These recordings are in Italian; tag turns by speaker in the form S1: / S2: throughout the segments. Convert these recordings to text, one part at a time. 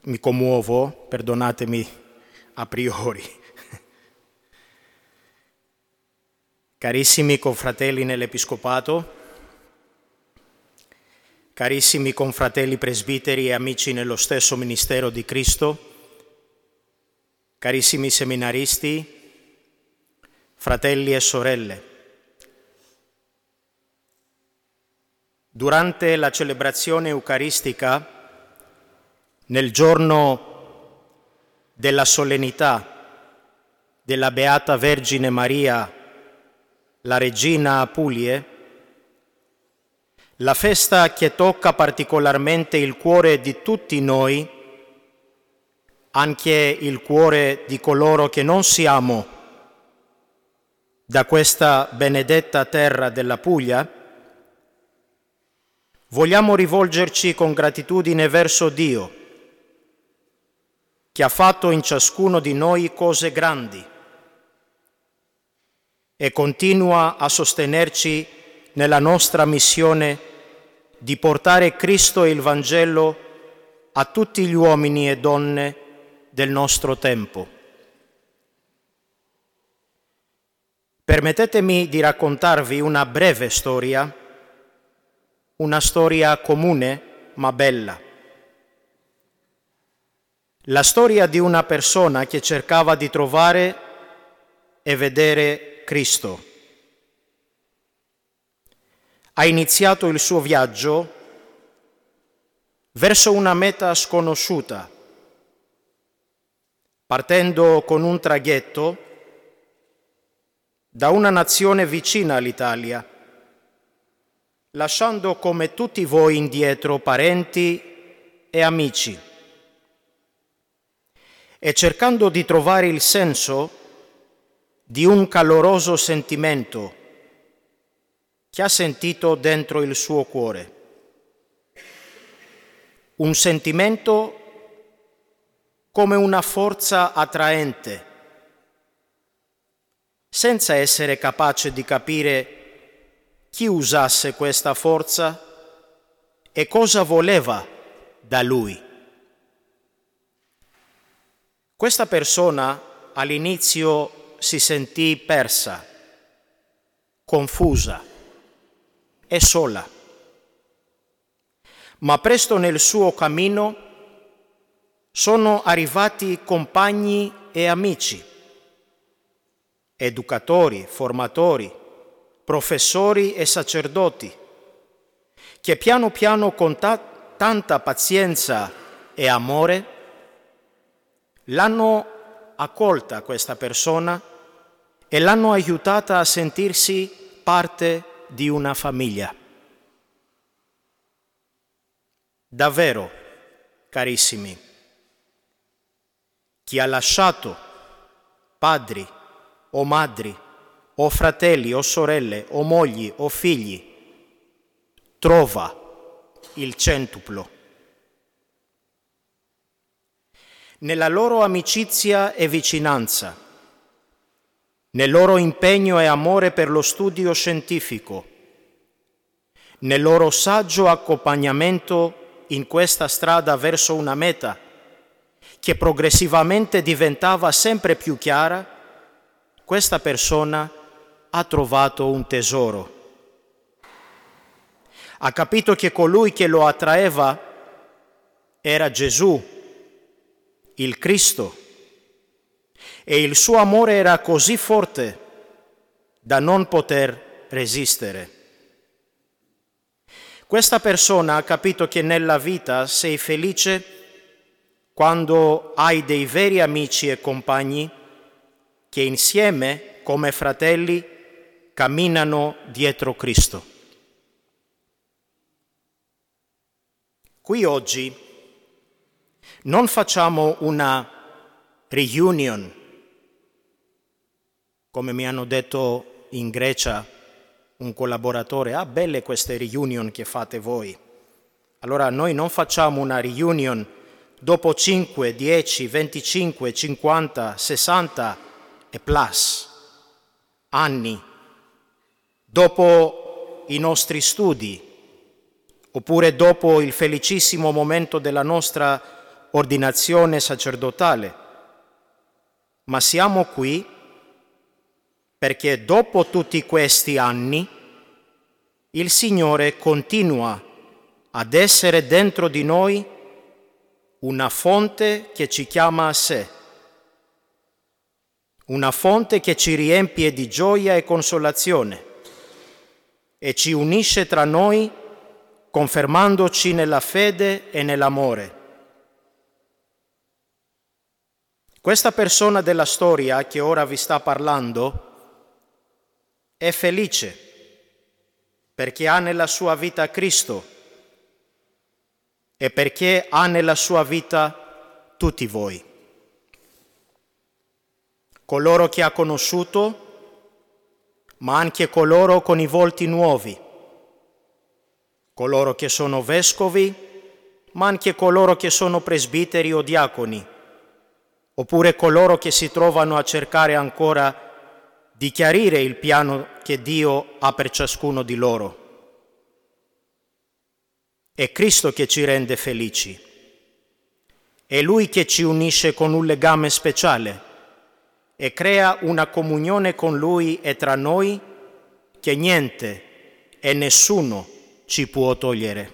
S1: mi commuovo, perdonatemi a priori. Carissimi confratelli nell'Episcopato, carissimi confratelli presbiteri e amici nello stesso ministero di Cristo, carissimi seminaristi, fratelli e sorelle, durante la celebrazione eucaristica, nel giorno della solennità della Beata Vergine Maria, la Regina Apulie, la festa che tocca particolarmente il cuore di tutti noi, anche il cuore di coloro che non siamo da questa benedetta terra della Puglia, vogliamo rivolgerci con gratitudine verso Dio, che ha fatto in ciascuno di noi cose grandi e continua a sostenerci nella nostra missione di portare Cristo e il Vangelo a tutti gli uomini e donne del nostro tempo. Permettetemi di raccontarvi una breve storia, una storia comune ma bella. La storia di una persona che cercava di trovare e vedere Cristo. Ha iniziato il suo viaggio verso una meta sconosciuta, partendo con un traghetto da una nazione vicina all'Italia, lasciando come tutti voi indietro parenti e amici, e cercando di trovare il senso di un caloroso sentimento che ha sentito dentro il suo cuore. Un sentimento come una forza attraente, senza essere capace di capire chi usasse questa forza e cosa voleva da lui. Questa persona all'inizio si sentì persa, confusa e sola, ma presto nel suo cammino sono arrivati compagni e amici, educatori, formatori, professori e sacerdoti, che piano piano con tanta pazienza e amore l'hanno accolta questa persona e l'hanno aiutata a sentirsi parte di una famiglia. Davvero, carissimi, chi ha lasciato padri o madri o fratelli o sorelle o mogli o figli trova il centuplo. Nella loro amicizia e vicinanza, nel loro impegno e amore per lo studio scientifico, nel loro saggio accompagnamento in questa strada verso una meta che progressivamente diventava sempre più chiara, questa persona ha trovato un tesoro. Ha capito che colui che lo attraeva era Gesù, il Cristo, e il suo amore era così forte da non poter resistere. Questa persona ha capito che nella vita sei felice quando hai dei veri amici e compagni che insieme, come fratelli, camminano dietro Cristo. Qui oggi non facciamo una reunion, come mi hanno detto in Grecia un collaboratore, belle queste reunion che fate voi. Allora noi non facciamo una reunion dopo 5, 10, 25, 50, 60 e plus anni, dopo i nostri studi, oppure dopo il felicissimo momento della nostra ordinazione sacerdotale, ma siamo qui perché dopo tutti questi anni il Signore continua ad essere dentro di noi una fonte che ci chiama a sé, una fonte che ci riempie di gioia e consolazione e ci unisce tra noi, confermandoci nella fede e nell'amore. Questa persona della storia che ora vi sta parlando è felice perché ha nella sua vita Cristo e perché ha nella sua vita tutti voi. Coloro che ha conosciuto, ma anche coloro con i volti nuovi, coloro che sono vescovi, ma anche coloro che sono presbiteri o diaconi, oppure coloro che si trovano a cercare ancora di chiarire il piano che Dio ha per ciascuno di loro. È Cristo che ci rende felici. È Lui che ci unisce con un legame speciale e crea una comunione con Lui e tra noi che niente e nessuno ci può togliere.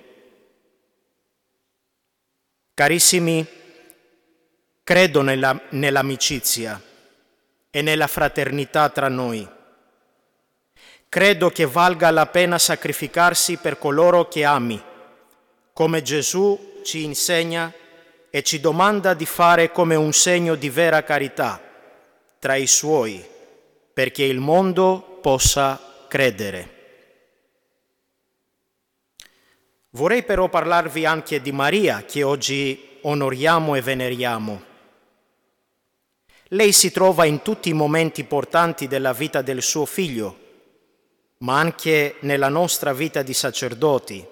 S1: Carissimi, credo nell'amicizia e nella fraternità tra noi. Credo che valga la pena sacrificarsi per coloro che ami, come Gesù ci insegna e ci domanda di fare come un segno di vera carità tra i Suoi, perché il mondo possa credere. Vorrei però parlarvi anche di Maria, che oggi onoriamo e veneriamo. Lei si trova in tutti i momenti importanti della vita del suo figlio, ma anche nella nostra vita di sacerdoti.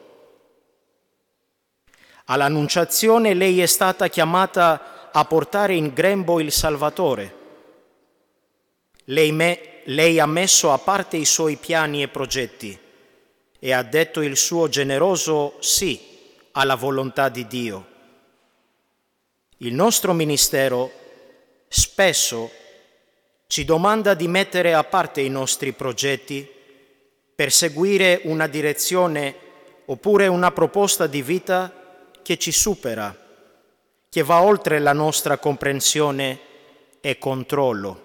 S1: All'Annunciazione lei è stata chiamata a portare in grembo il Salvatore. Lei ha messo a parte i suoi piani e progetti e ha detto il suo generoso sì alla volontà di Dio. Il nostro ministero spesso ci domanda di mettere a parte i nostri progetti per seguire una direzione oppure una proposta di vita che ci supera, che va oltre la nostra comprensione e controllo.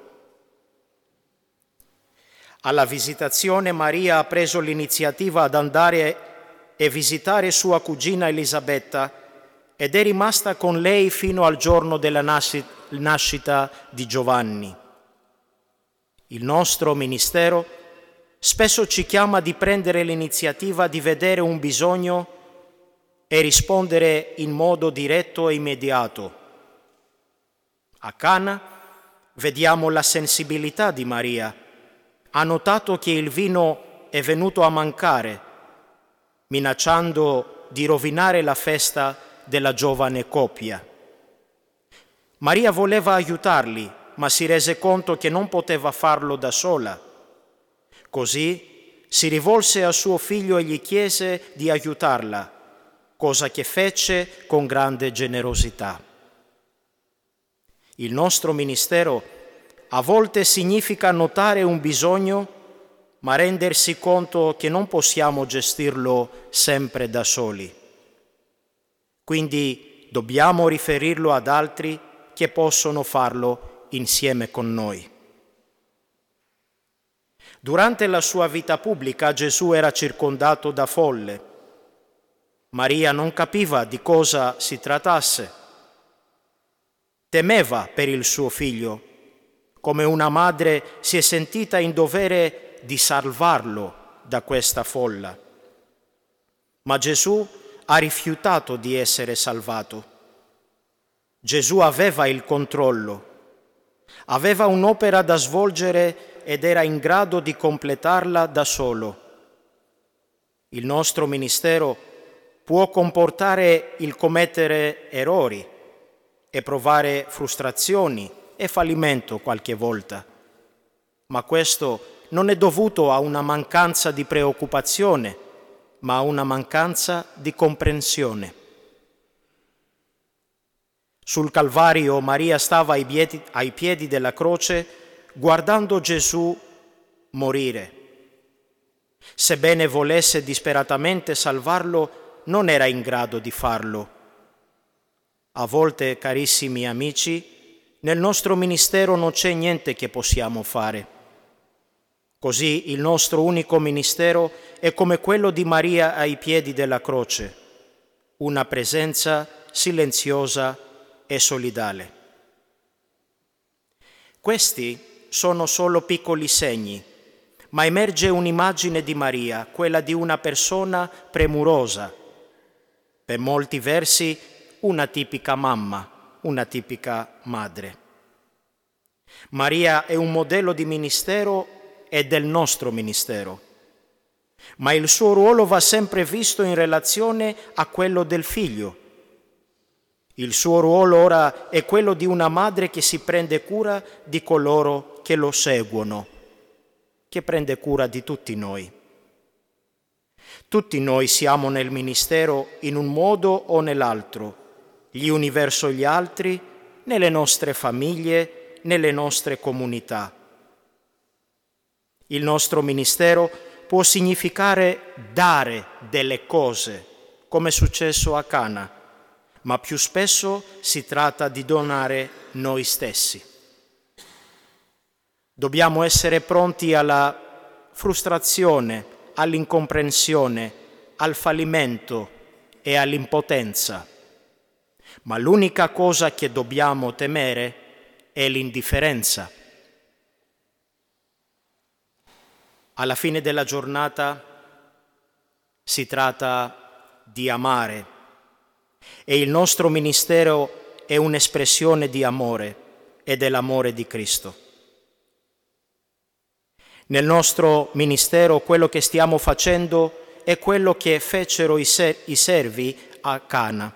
S1: Alla Visitazione Maria ha preso l'iniziativa ad andare e visitare sua cugina Elisabetta ed è rimasta con lei fino al giorno della nascita di Giovanni. Il nostro ministero spesso ci chiama di prendere l'iniziativa di vedere un bisogno e rispondere in modo diretto e immediato. A Cana vediamo la sensibilità di Maria. Ha notato che il vino è venuto a mancare, minacciando di rovinare la festa della giovane coppia. Maria voleva aiutarli, ma si rese conto che non poteva farlo da sola. Così si rivolse a suo figlio e gli chiese di aiutarla, cosa che fece con grande generosità. Il nostro ministero a volte significa notare un bisogno, ma rendersi conto che non possiamo gestirlo sempre da soli. Quindi dobbiamo riferirlo ad altri che possono farlo insieme con noi. Durante la sua vita pubblica Gesù era circondato da folle. Maria non capiva di cosa si trattasse. Temeva per il suo figlio. Come una madre si è sentita in dovere di salvarlo da questa folla. Ma Gesù ha rifiutato di essere salvato. Gesù aveva il controllo, aveva un'opera da svolgere ed era in grado di completarla da solo. Il nostro ministero può comportare il commettere errori e provare frustrazioni e fallimento qualche volta, ma questo non è dovuto a una mancanza di preoccupazione, ma a una mancanza di comprensione. Sul Calvario Maria stava ai piedi della croce guardando Gesù morire. Sebbene volesse disperatamente salvarlo, non era in grado di farlo. A volte, carissimi amici, nel nostro ministero non c'è niente che possiamo fare. Così il nostro unico ministero è come quello di Maria ai piedi della croce, una presenza silenziosa e solidale. Questi sono solo piccoli segni, ma emerge un'immagine di Maria, quella di una persona premurosa, per molti versi una tipica mamma, una tipica madre. Maria è un modello di ministero e del nostro ministero, ma il suo ruolo va sempre visto in relazione a quello del figlio. Il suo ruolo ora è quello di una madre che si prende cura di coloro che lo seguono, che prende cura di tutti noi. Tutti noi siamo nel ministero in un modo o nell'altro, gli uni verso gli altri, nelle nostre famiglie, nelle nostre comunità. Il nostro ministero può significare dare delle cose, come è successo a Cana, ma più spesso si tratta di donare noi stessi. Dobbiamo essere pronti alla frustrazione, all'incomprensione, al fallimento e all'impotenza. Ma l'unica cosa che dobbiamo temere è l'indifferenza. Alla fine della giornata si tratta di amare. E il nostro ministero è un'espressione di amore e dell'amore di Cristo. Nel nostro ministero quello che stiamo facendo è quello che fecero i servi a Cana.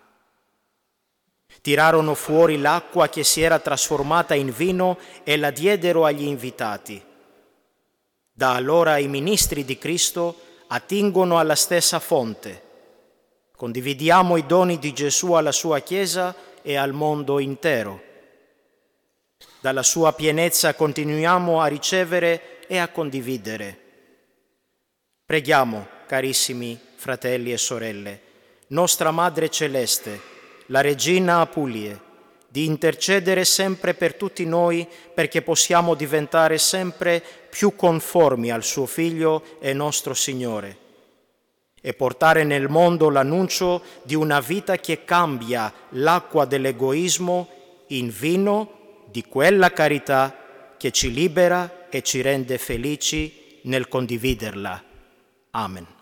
S1: Tirarono fuori l'acqua che si era trasformata in vino e la diedero agli invitati. Da allora i ministri di Cristo attingono alla stessa fonte. Condividiamo i doni di Gesù alla sua Chiesa e al mondo intero. Dalla sua pienezza continuiamo a ricevere e a condividere. Preghiamo, carissimi fratelli e sorelle, nostra Madre Celeste, la Regina Apulie, di intercedere sempre per tutti noi perché possiamo diventare sempre più conformi al suo Figlio e nostro Signore e portare nel mondo l'annuncio di una vita che cambia l'acqua dell'egoismo in vino di quella carità che ci libera e ci rende felici nel condividerla. Amen.